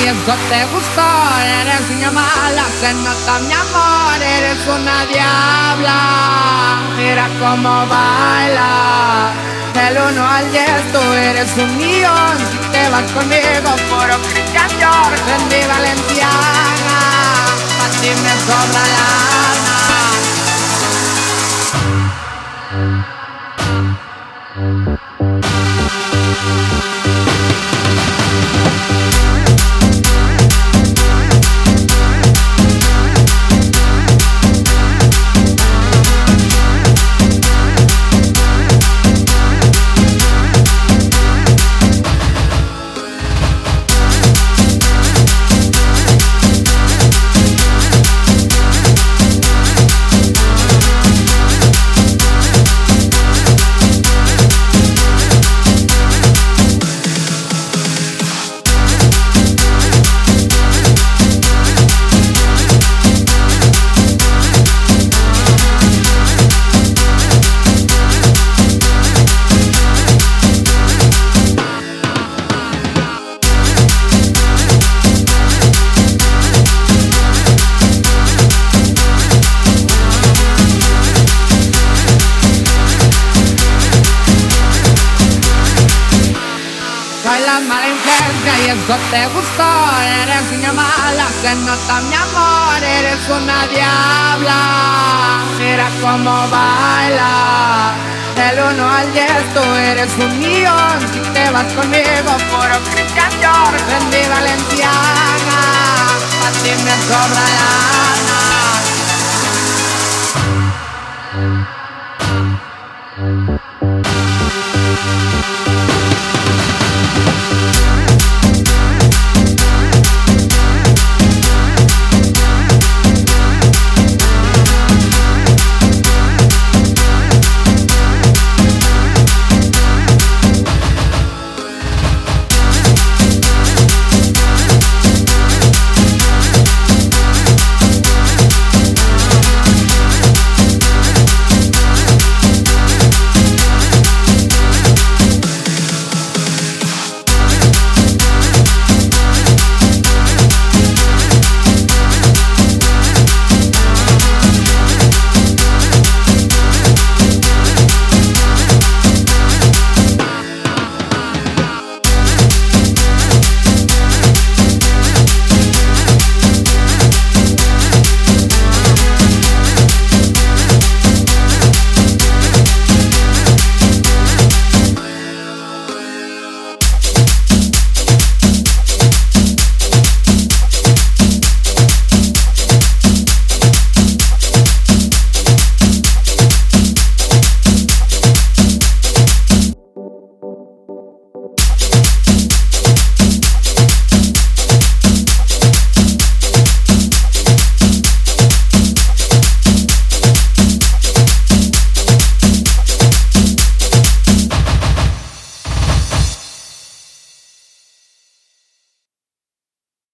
y eso te gustó. Eres niña mala, se nota mi amor. Eres una diabla, mira cómo baila. Del 1 al 10 tú eres un millón. Si te vas conmigo, puro Christian Dior. Vendí Valenciaga, a ti me sobra lana. Soy la mala influencia y eso te gustó. Eres niña mala, se nota mi amor. Eres una diabla, mira cómo baila. Del 1 al 10 tú eres un millón. Si te vas conmigo, puro Christian Dior. Vendí